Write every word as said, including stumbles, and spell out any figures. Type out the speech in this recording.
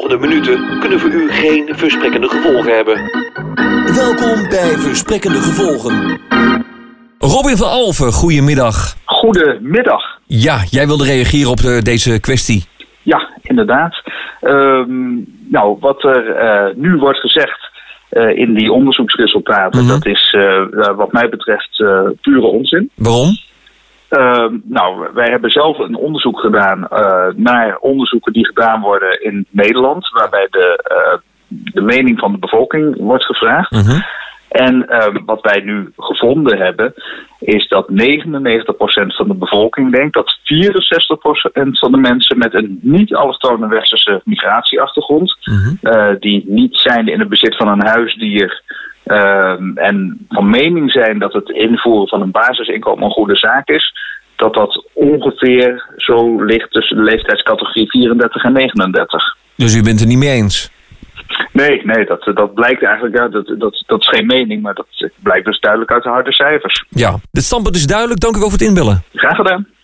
volgende minuten kunnen voor u geen versprekkende gevolgen hebben. Welkom bij Versprekkende Gevolgen. Robin van Alphen, goedemiddag. Goedemiddag. Ja, jij wilde reageren op de, deze kwestie. Ja, inderdaad. Um, nou, wat er uh, nu wordt gezegd uh, in die onderzoeksresultaten, mm-hmm. dat is uh, wat mij betreft uh, pure onzin. Waarom? Uh, nou, wij hebben zelf een onderzoek gedaan uh, naar onderzoeken die gedaan worden in Nederland, waarbij de, uh, de mening van de bevolking wordt gevraagd. Mm-hmm. En uh, wat wij nu gevonden hebben, is dat negenennegentig procent van de bevolking denkt dat vierenzestig procent van de mensen met een niet-allochtone westerse migratieachtergrond, mm-hmm. uh, die niet zijn in het bezit van een huisdier uh, en van mening zijn dat het invoeren van een basisinkomen een goede zaak is, dat dat ongeveer zo ligt tussen de leeftijdscategorie vierendertig en negenendertig. Dus u bent het er niet mee eens? Nee, nee, dat, dat blijkt eigenlijk, ja, dat, dat, dat is geen mening, maar dat blijkt dus duidelijk uit de harde cijfers. Ja, het standpunt is duidelijk. Dank u wel voor het inbellen. Graag gedaan.